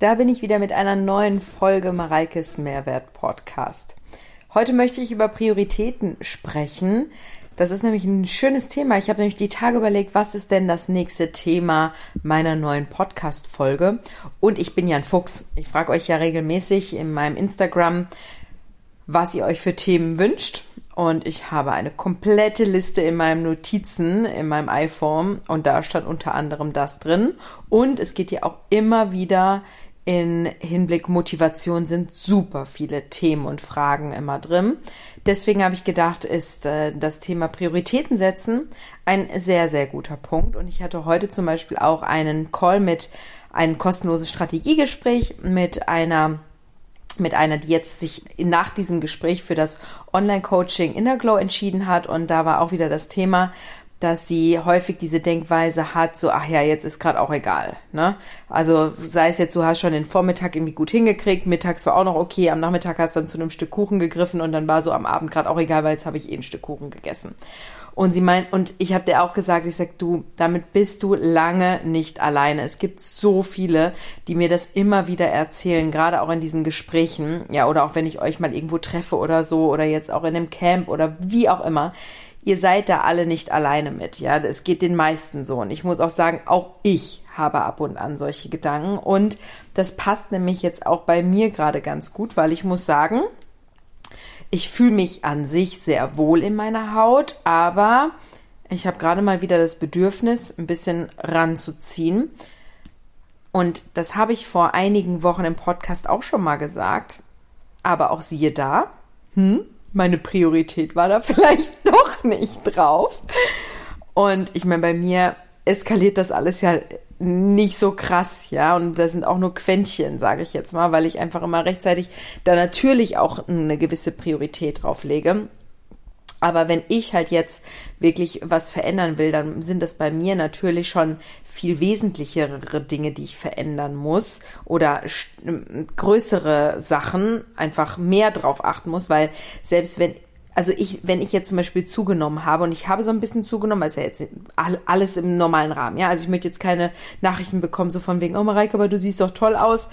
Da bin ich wieder mit einer neuen Folge Mareikes Mehrwert Podcast. Heute möchte ich über Prioritäten sprechen. Das ist nämlich ein schönes Thema. Ich habe nämlich die Tage überlegt, was ist denn das nächste Thema meiner neuen Podcast-Folge? Und ich bin ja ein Fuchs. Ich frage euch ja regelmäßig in meinem Instagram, was ihr euch für Themen wünscht. Und ich habe eine komplette Liste in meinen Notizen, in meinem iPhone. Und da stand unter anderem das drin. Und es geht ja auch immer wieder in Hinblick Motivation, sind super viele Themen und Fragen immer drin. Deswegen habe ich gedacht, ist das Thema Prioritäten setzen ein sehr, sehr guter Punkt. Und ich hatte heute zum Beispiel auch einen Call ein kostenloses Strategiegespräch mit einer, die jetzt sich nach diesem Gespräch für das Online-Coaching Inner Glow entschieden hat. Und da war auch wieder das Thema, dass sie häufig diese Denkweise hat, so, ach ja, jetzt ist gerade auch egal, ne? Also sei es jetzt, du hast schon den Vormittag irgendwie gut hingekriegt, mittags war auch noch okay, am Nachmittag hast du dann zu einem Stück Kuchen gegriffen und dann war so am Abend gerade auch egal, weil jetzt habe ich ein Stück Kuchen gegessen. Und sie meint, und ich habe dir auch gesagt, ich sag, du, damit bist du lange nicht alleine. Es gibt so viele, die mir das immer wieder erzählen, gerade auch in diesen Gesprächen, ja, oder auch wenn ich euch mal irgendwo treffe oder so, oder jetzt auch in einem Camp oder wie auch immer. Ihr seid da alle nicht alleine mit, ja. Es geht den meisten so. Und ich muss auch sagen, auch ich habe ab und an solche Gedanken. Und das passt nämlich jetzt auch bei mir gerade ganz gut, weil ich muss sagen, ich fühle mich an sich sehr wohl in meiner Haut, aber ich habe gerade mal wieder das Bedürfnis, ein bisschen ranzuziehen. Und das habe ich vor einigen Wochen im Podcast auch schon mal gesagt. Aber auch siehe da, meine Priorität war da vielleicht doch nicht drauf. Und ich meine, bei mir eskaliert das alles ja nicht so krass, ja. Und das sind auch nur Quäntchen, sage ich jetzt mal, weil ich einfach immer rechtzeitig da natürlich auch eine gewisse Priorität drauf lege. Aber wenn ich halt jetzt wirklich was verändern will, dann sind das bei mir natürlich schon viel wesentlichere Dinge, die ich verändern muss oder größere Sachen einfach mehr drauf achten muss, weil selbst wenn ich jetzt zum Beispiel zugenommen habe und ich habe so ein bisschen zugenommen, also jetzt alles im normalen Rahmen, ja, also ich möchte jetzt keine Nachrichten bekommen, so von wegen, oh Mareike, aber du siehst doch toll aus,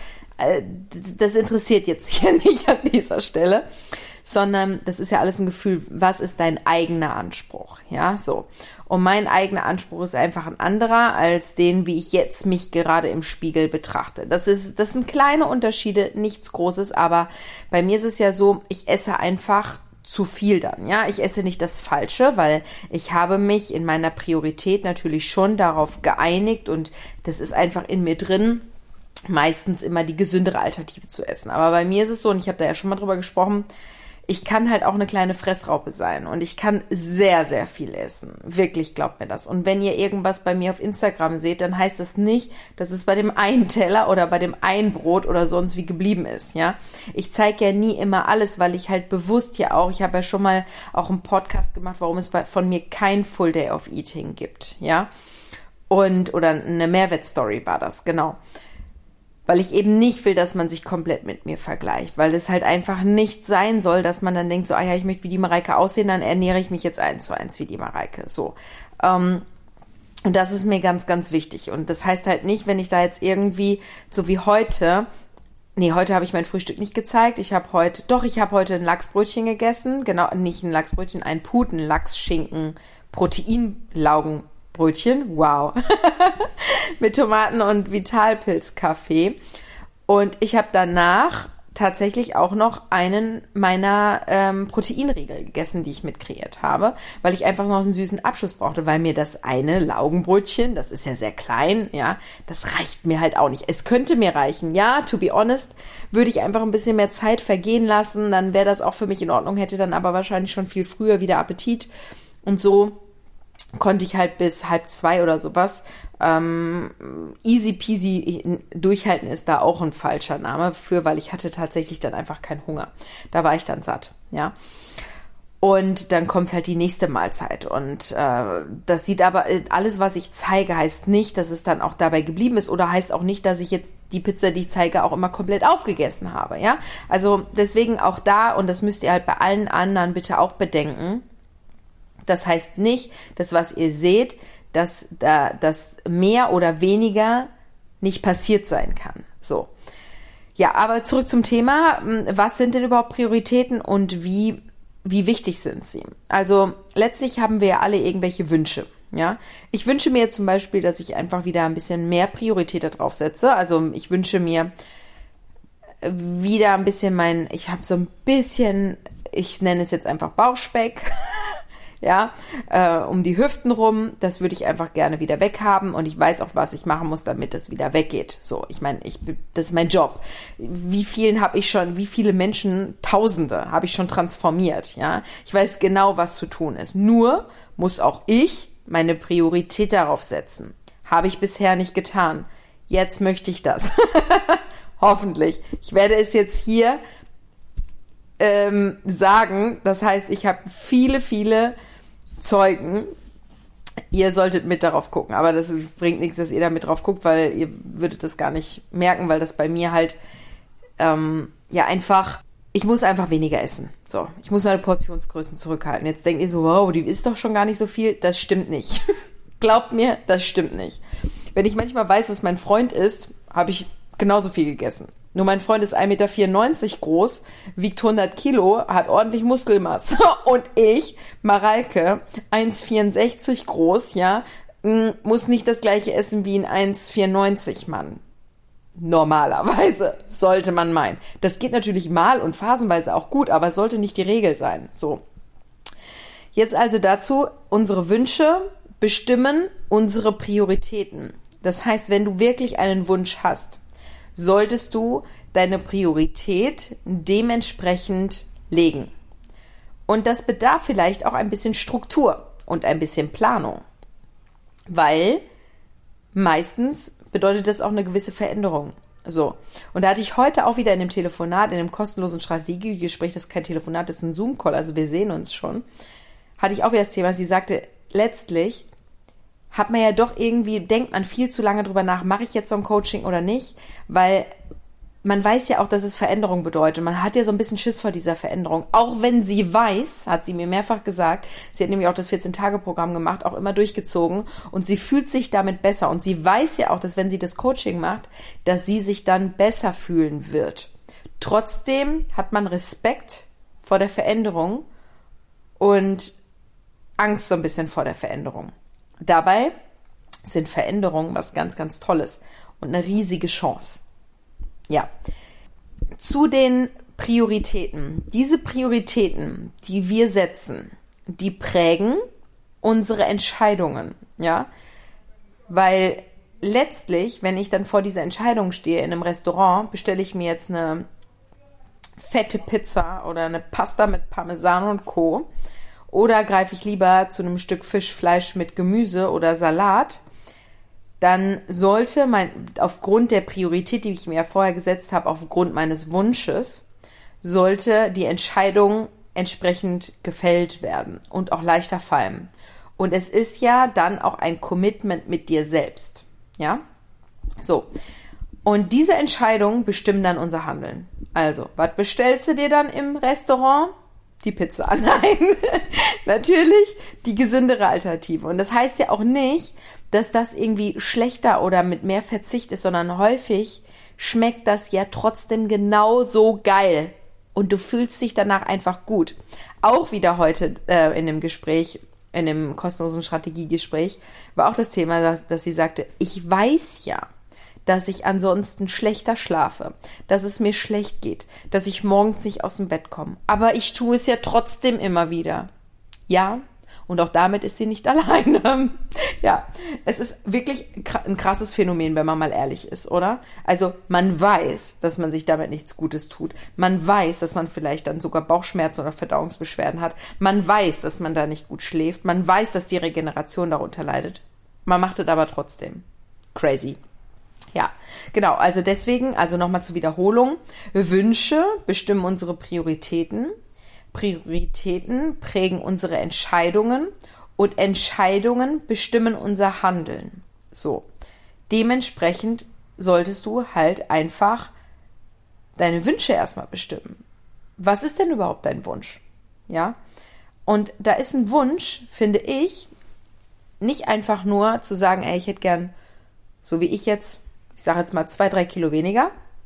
das interessiert jetzt hier nicht an dieser Stelle, sondern das ist ja alles ein Gefühl, was ist dein eigener Anspruch, ja, so. Und mein eigener Anspruch ist einfach ein anderer als den, wie ich jetzt mich gerade im Spiegel betrachte. Das sind kleine Unterschiede, nichts Großes, aber bei mir ist es ja so, ich esse einfach zu viel dann, ja. Ich esse nicht das Falsche, weil ich habe mich in meiner Priorität natürlich schon darauf geeinigt und das ist einfach in mir drin, meistens immer die gesündere Alternative zu essen. Aber bei mir ist es so, und ich habe da ja schon mal drüber gesprochen, ich kann halt auch eine kleine Fressraupe sein und ich kann sehr, sehr viel essen. Wirklich, glaubt mir das. Und wenn ihr irgendwas bei mir auf Instagram seht, dann heißt das nicht, dass es bei dem einen Teller oder bei dem einen Brot oder sonst wie geblieben ist, ja. Ich zeige ja nie immer alles, weil ich halt bewusst ja auch, ich habe ja schon mal auch einen Podcast gemacht, warum es von mir kein Full Day of Eating gibt, ja. Oder eine Mehrwertstory war das, genau. Weil ich eben nicht will, dass man sich komplett mit mir vergleicht, weil es halt einfach nicht sein soll, dass man dann denkt, so, ah ja, ich möchte wie die Mareike aussehen, dann ernähre ich mich jetzt 1:1 wie die Mareike, so. Und das ist mir ganz, ganz wichtig. Und das heißt halt nicht, wenn ich da jetzt irgendwie, so wie heute, heute habe ich mein Frühstück nicht gezeigt, ich habe heute ein Lachsbrötchen gegessen, genau, nicht ein Lachsbrötchen, ein Putenlachsschinken, Proteinlaugenbrötchen, wow, mit Tomaten und Vitalpilzkaffee. Und ich habe danach tatsächlich auch noch einen meiner Proteinriegel gegessen, die ich mit kreiert habe, weil ich einfach noch einen süßen Abschluss brauchte, weil mir das eine Laugenbrötchen, das ist ja sehr klein, ja, das reicht mir halt auch nicht. Es könnte mir reichen, ja, to be honest, würde ich einfach ein bisschen mehr Zeit vergehen lassen, dann wäre das auch für mich in Ordnung, hätte dann aber wahrscheinlich schon viel früher wieder Appetit und so konnte ich halt bis 1:30 oder sowas. Easy peasy durchhalten ist da auch ein falscher Name für, weil ich hatte tatsächlich dann einfach keinen Hunger. Da war ich dann satt, ja. Und dann kommt halt die nächste Mahlzeit. Und das sieht aber, alles, was ich zeige, heißt nicht, dass es dann auch dabei geblieben ist oder heißt auch nicht, dass ich jetzt die Pizza, die ich zeige, auch immer komplett aufgegessen habe, ja. Also deswegen auch da, und das müsst ihr halt bei allen anderen bitte auch bedenken, das heißt nicht, dass was ihr seht, dass da das mehr oder weniger nicht passiert sein kann. So. Ja, aber zurück zum Thema. Was sind denn überhaupt Prioritäten und wie wichtig sind sie? Also letztlich haben wir ja alle irgendwelche Wünsche. Ja, ich wünsche mir zum Beispiel, dass ich einfach wieder ein bisschen mehr Priorität darauf setze. Also ich wünsche mir wieder ein bisschen ich habe so ein bisschen, ich nenne es jetzt einfach Bauchspeck, ja, um die Hüften rum. Das würde ich einfach gerne wieder weghaben und ich weiß auch, was ich machen muss, damit es wieder weggeht. So, ich meine, das ist mein Job. Wie viele Menschen, Tausende, habe ich schon transformiert, ja. Ich weiß genau, was zu tun ist. Nur muss auch ich meine Priorität darauf setzen. Habe ich bisher nicht getan. Jetzt möchte ich das. Hoffentlich. Ich werde es jetzt hier sagen. Das heißt, ich habe viele, viele Zeugen. Ihr solltet mit darauf gucken. Aber das bringt nichts, dass ihr da mit drauf guckt, weil ihr würdet das gar nicht merken, weil das bei mir halt einfach, ich muss einfach weniger essen. So, ich muss meine Portionsgrößen zurückhalten. Jetzt denkt ihr so, wow, die isst doch schon gar nicht so viel. Das stimmt nicht. Glaubt mir, das stimmt nicht. Wenn ich manchmal weiß, was mein Freund isst, habe ich genauso viel gegessen. Nur mein Freund ist 1,94 Meter groß, wiegt 100 Kilo, hat ordentlich Muskelmasse. Und ich, Mareike, 1,64 groß, ja, muss nicht das gleiche essen wie ein 1,94 Mann. Normalerweise, sollte man meinen. Das geht natürlich mal und phasenweise auch gut, aber sollte nicht die Regel sein. So. Jetzt also dazu, unsere Wünsche bestimmen unsere Prioritäten. Das heißt, wenn du wirklich einen Wunsch hast, solltest du deine Priorität dementsprechend legen. Und das bedarf vielleicht auch ein bisschen Struktur und ein bisschen Planung, weil meistens bedeutet das auch eine gewisse Veränderung. So. Und da hatte ich heute auch wieder in dem Telefonat, in dem kostenlosen Strategiegespräch, das ist kein Telefonat, das ist ein Zoom-Call, also wir sehen uns schon, hatte ich auch wieder das Thema, sie sagte, letztlich hat man ja doch irgendwie, denkt man viel zu lange drüber nach, mache ich jetzt so ein Coaching oder nicht, weil man weiß ja auch, dass es Veränderung bedeutet. Man hat ja so ein bisschen Schiss vor dieser Veränderung. Auch wenn sie weiß, hat sie mir mehrfach gesagt, sie hat nämlich auch das 14-Tage-Programm gemacht, auch immer durchgezogen und sie fühlt sich damit besser. Und sie weiß ja auch, dass wenn sie das Coaching macht, dass sie sich dann besser fühlen wird. Trotzdem hat man Respekt vor der Veränderung und Angst so ein bisschen vor der Veränderung. Dabei sind Veränderungen was ganz, ganz Tolles und eine riesige Chance. Ja, zu den Prioritäten. Diese Prioritäten, die wir setzen, die prägen unsere Entscheidungen, ja, weil letztlich, wenn ich dann vor dieser Entscheidung stehe in einem Restaurant, bestelle ich mir jetzt eine fette Pizza oder eine Pasta mit Parmesan und Co. Oder greife ich lieber zu einem Stück Fisch, Fleisch mit Gemüse oder Salat, dann sollte aufgrund der Priorität, die ich mir ja vorher gesetzt habe, aufgrund meines Wunsches, sollte die Entscheidung entsprechend gefällt werden und auch leichter fallen. Und es ist ja dann auch ein Commitment mit dir selbst. Ja? So. Und diese Entscheidungen bestimmen dann unser Handeln. Also, was bestellst du dir dann im Restaurant? Die Pizza. Nein, natürlich die gesündere Alternative. Und das heißt ja auch nicht, dass das irgendwie schlechter oder mit mehr Verzicht ist, sondern häufig schmeckt das ja trotzdem genauso geil. Und du fühlst dich danach einfach gut. Auch wieder heute in dem Gespräch, in dem kostenlosen Strategiegespräch, war auch das Thema, dass sie sagte, ich weiß ja, dass ich ansonsten schlechter schlafe, dass es mir schlecht geht, dass ich morgens nicht aus dem Bett komme. Aber ich tue es ja trotzdem immer wieder. Ja, und auch damit ist sie nicht alleine. Ja, es ist wirklich ein krasses Phänomen, wenn man mal ehrlich ist, oder? Also man weiß, dass man sich damit nichts Gutes tut. Man weiß, dass man vielleicht dann sogar Bauchschmerzen oder Verdauungsbeschwerden hat. Man weiß, dass man da nicht gut schläft. Man weiß, dass die Regeneration darunter leidet. Man macht es aber trotzdem. Crazy. Ja, genau, also deswegen, also nochmal zur Wiederholung, Wünsche bestimmen unsere Prioritäten, Prioritäten prägen unsere Entscheidungen und Entscheidungen bestimmen unser Handeln. So, dementsprechend solltest du halt einfach deine Wünsche erstmal bestimmen. Was ist denn überhaupt dein Wunsch? Ja, und da ist ein Wunsch, finde ich, nicht einfach nur zu sagen, ey, ich hätte gern, so wie ich jetzt, ich sage jetzt mal 2-3 Kilo weniger,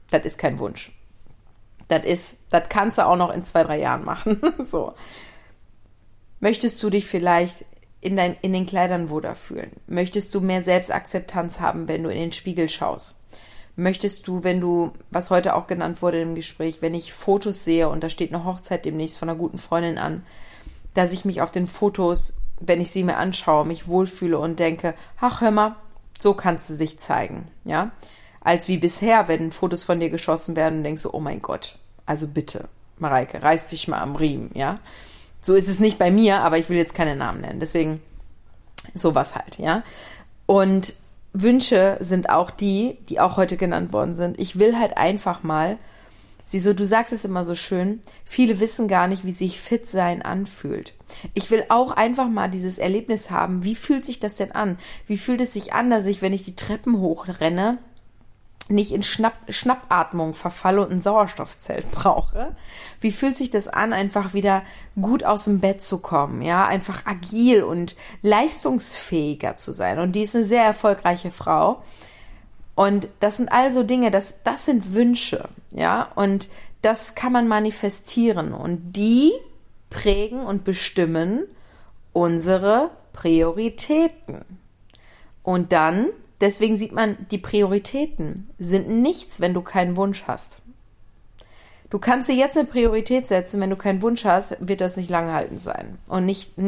Das ist kein Wunsch. Das kannst du auch noch in 2-3 Jahren machen. So. Möchtest du dich vielleicht in den Kleidern wohler fühlen? Möchtest du mehr Selbstakzeptanz haben, wenn du in den Spiegel schaust? Möchtest du, was heute auch genannt wurde im Gespräch, wenn ich Fotos sehe und da steht eine Hochzeit demnächst von einer guten Freundin an, dass ich mich auf den Fotos, wenn ich sie mir anschaue, mich wohlfühle und denke, ach hör mal, so kannst du dich zeigen, ja? Als wie bisher, wenn Fotos von dir geschossen werden und denkst so, oh mein Gott, also bitte, Mareike, reiß dich mal am Riemen, ja? So ist es nicht bei mir, aber ich will jetzt keine Namen nennen, deswegen sowas halt, ja? Und Wünsche sind auch die auch heute genannt worden sind. Ich will halt einfach mal, du sagst es immer so schön, viele wissen gar nicht, wie sich fit sein anfühlt. Ich will auch einfach mal dieses Erlebnis haben, wie fühlt sich das denn an? Wie fühlt es sich an, dass ich, wenn ich die Treppen hochrenne, nicht in Schnappatmung verfalle und ein Sauerstoffzelt brauche? Wie fühlt sich das an, einfach wieder gut aus dem Bett zu kommen, ja, einfach agil und leistungsfähiger zu sein? Und die ist eine sehr erfolgreiche Frau. Und das sind also Dinge, das sind Wünsche, ja, und das kann man manifestieren und die prägen und bestimmen unsere Prioritäten. Und dann, deswegen sieht man, die Prioritäten sind nichts, wenn du keinen Wunsch hast. Du kannst dir jetzt eine Priorität setzen, wenn du keinen Wunsch hast, wird das nicht langhaltend sein und nicht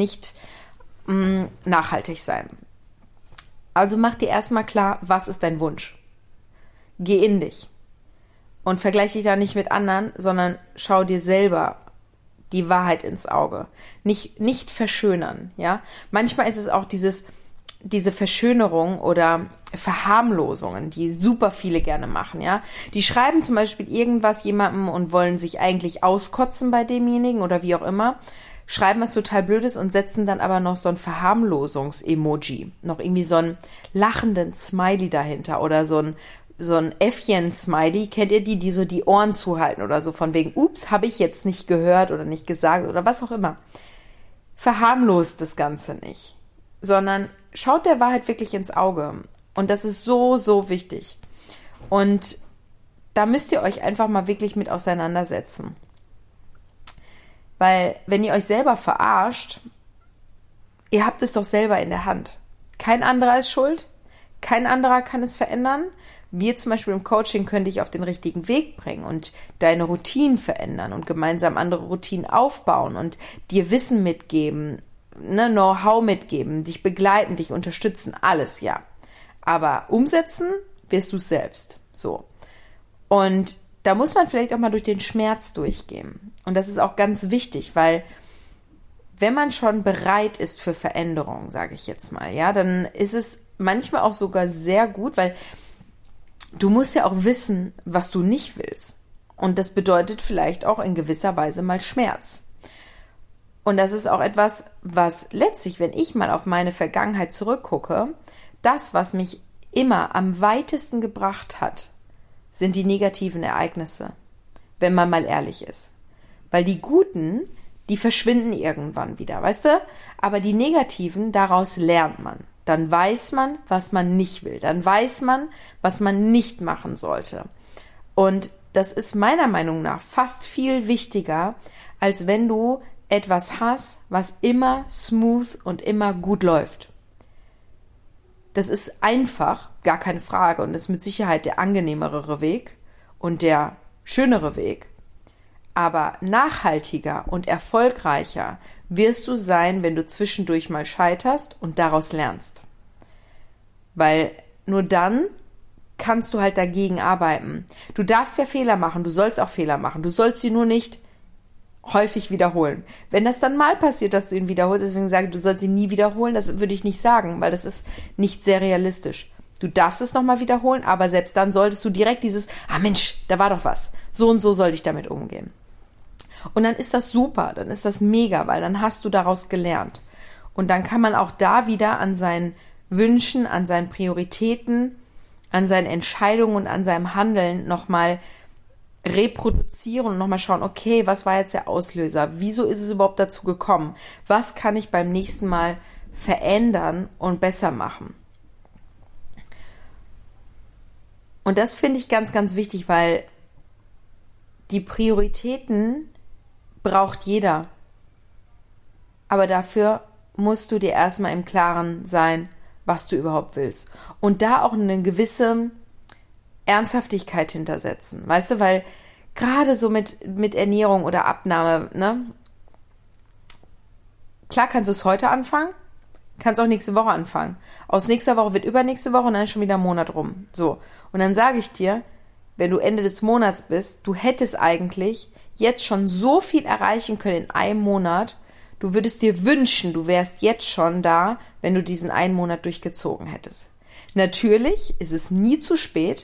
nachhaltig sein. Also mach dir erstmal klar, was ist dein Wunsch? Geh in dich und vergleiche dich da nicht mit anderen, sondern schau dir selber die Wahrheit ins Auge. Nicht verschönern, ja. Manchmal ist es auch diese Verschönerung oder Verharmlosungen, die super viele gerne machen, ja. Die schreiben zum Beispiel irgendwas jemandem und wollen sich eigentlich auskotzen bei demjenigen oder wie auch immer, schreiben was total Blödes und setzen dann aber noch so ein Verharmlosungs-Emoji, noch irgendwie so einen lachenden Smiley dahinter oder so ein Äffchen-Smiley, kennt ihr die so die Ohren zuhalten oder so von wegen, ups, habe ich jetzt nicht gehört oder nicht gesagt oder was auch immer. Verharmlost das Ganze nicht, sondern schaut der Wahrheit wirklich ins Auge. Und das ist so, so wichtig. Und da müsst ihr euch einfach mal wirklich mit auseinandersetzen. Weil, wenn ihr euch selber verarscht, ihr habt es doch selber in der Hand. Kein anderer ist schuld, kein anderer kann es verändern. Wir zum Beispiel im Coaching können dich auf den richtigen Weg bringen und deine Routinen verändern und gemeinsam andere Routinen aufbauen und dir Wissen mitgeben, Know-how mitgeben, dich begleiten, dich unterstützen, alles, ja. Aber umsetzen wirst du es selbst. So. Und da muss man vielleicht auch mal durch den Schmerz durchgehen. Und das ist auch ganz wichtig, weil wenn man schon bereit ist für Veränderung, sage ich jetzt mal, ja, dann ist es manchmal auch sogar sehr gut, weil du musst ja auch wissen, was du nicht willst. Und das bedeutet vielleicht auch in gewisser Weise mal Schmerz. Und das ist auch etwas, was letztlich, wenn ich mal auf meine Vergangenheit zurückgucke, das, was mich immer am weitesten gebracht hat, sind die negativen Ereignisse, wenn man mal ehrlich ist. Weil die guten, die verschwinden irgendwann wieder, weißt du? Aber die negativen, daraus lernt man. Dann weiß man, was man nicht will. Dann weiß man, was man nicht machen sollte. Und das ist meiner Meinung nach fast viel wichtiger, als wenn du etwas hast, was immer smooth und immer gut läuft. Das ist einfach, gar keine Frage, und ist mit Sicherheit der angenehmere Weg und der schönere Weg. Aber nachhaltiger und erfolgreicher wirst du sein, wenn du zwischendurch mal scheiterst und daraus lernst. Weil nur dann kannst du halt dagegen arbeiten. Du darfst ja Fehler machen, du sollst auch Fehler machen, du sollst sie nur nicht häufig wiederholen. Wenn das dann mal passiert, dass du ihn wiederholst, deswegen sage ich, du sollst ihn nie wiederholen, das würde ich nicht sagen, weil das ist nicht sehr realistisch. Du darfst es nochmal wiederholen, aber selbst dann solltest du direkt Mensch, da war doch was. So und so sollte ich damit umgehen. Und dann ist das super, dann ist das mega, weil dann hast du daraus gelernt. Und dann kann man auch da wieder an seinen Wünschen, an seinen Prioritäten, an seinen Entscheidungen und an seinem Handeln nochmal reproduzieren und nochmal schauen, okay, was war jetzt der Auslöser? Wieso ist es überhaupt dazu gekommen? Was kann ich beim nächsten Mal verändern und besser machen? Und das finde ich ganz, ganz wichtig, weil die Prioritäten braucht jeder. Aber dafür musst du dir erstmal im Klaren sein, was du überhaupt willst. Und da auch eine gewisse Ernsthaftigkeit hintersetzen. Weißt du, weil gerade so mit Ernährung oder Abnahme, ne? Klar kannst du es heute anfangen, kannst auch nächste Woche anfangen. Aus nächster Woche wird übernächste Woche und dann ist schon wieder ein Monat rum. So. Und dann sage ich dir, wenn du Ende des Monats bist, du hättest eigentlich jetzt schon so viel erreichen können in einem Monat. Du würdest dir wünschen, du wärst jetzt schon da, wenn du diesen einen Monat durchgezogen hättest. Natürlich ist es nie zu spät,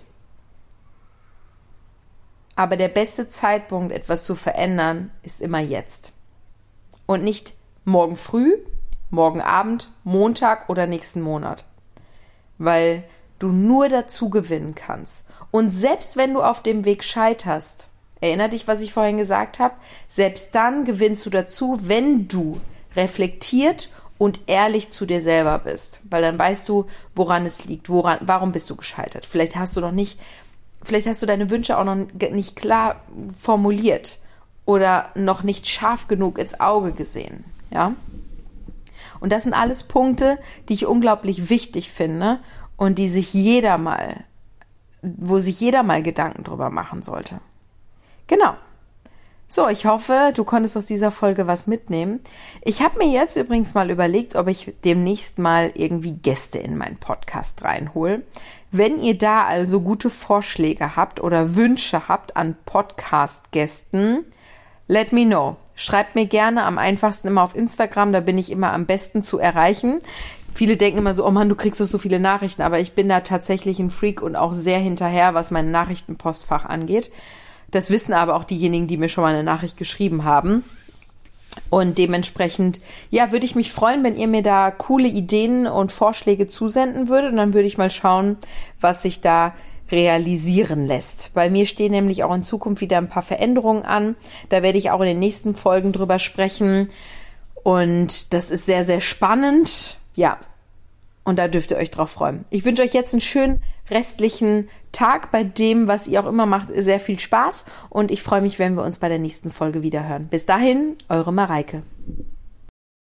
aber der beste Zeitpunkt, etwas zu verändern, ist immer jetzt. Und nicht morgen früh, morgen Abend, Montag oder nächsten Monat. Weil du nur dazu gewinnen kannst. Und selbst wenn du auf dem Weg scheiterst, erinner dich, was ich vorhin gesagt habe, selbst dann gewinnst du dazu, wenn du reflektiert und ehrlich zu dir selber bist. Weil dann weißt du, woran es liegt, warum bist du gescheitert. Vielleicht hast du deine Wünsche auch noch nicht klar formuliert oder noch nicht scharf genug ins Auge gesehen. Ja? Und das sind alles Punkte, die ich unglaublich wichtig finde und wo sich jeder mal Gedanken drüber machen sollte. Genau. So, ich hoffe, du konntest aus dieser Folge was mitnehmen. Ich habe mir jetzt übrigens mal überlegt, ob ich demnächst mal irgendwie Gäste in meinen Podcast reinhole. Wenn ihr da also gute Vorschläge habt oder Wünsche habt an Podcast-Gästen, let me know. Schreibt mir gerne, am einfachsten immer auf Instagram, da bin ich immer am besten zu erreichen. Viele denken immer so, oh Mann, du kriegst doch so viele Nachrichten, aber ich bin da tatsächlich ein Freak und auch sehr hinterher, was mein Nachrichtenpostfach angeht. Das wissen aber auch diejenigen, die mir schon mal eine Nachricht geschrieben haben. Und dementsprechend, ja, würde ich mich freuen, wenn ihr mir da coole Ideen und Vorschläge zusenden würdet. Und dann würde ich mal schauen, was sich da realisieren lässt. Bei mir stehen nämlich auch in Zukunft wieder ein paar Veränderungen an. Da werde ich auch in den nächsten Folgen drüber sprechen. Und das ist sehr, sehr spannend. Ja, und da dürft ihr euch drauf freuen. Ich wünsche euch jetzt einen schönen restlichen Tag bei dem, was ihr auch immer macht. Sehr viel Spaß und ich freue mich, wenn wir uns bei der nächsten Folge wieder hören. Bis dahin, eure Mareike.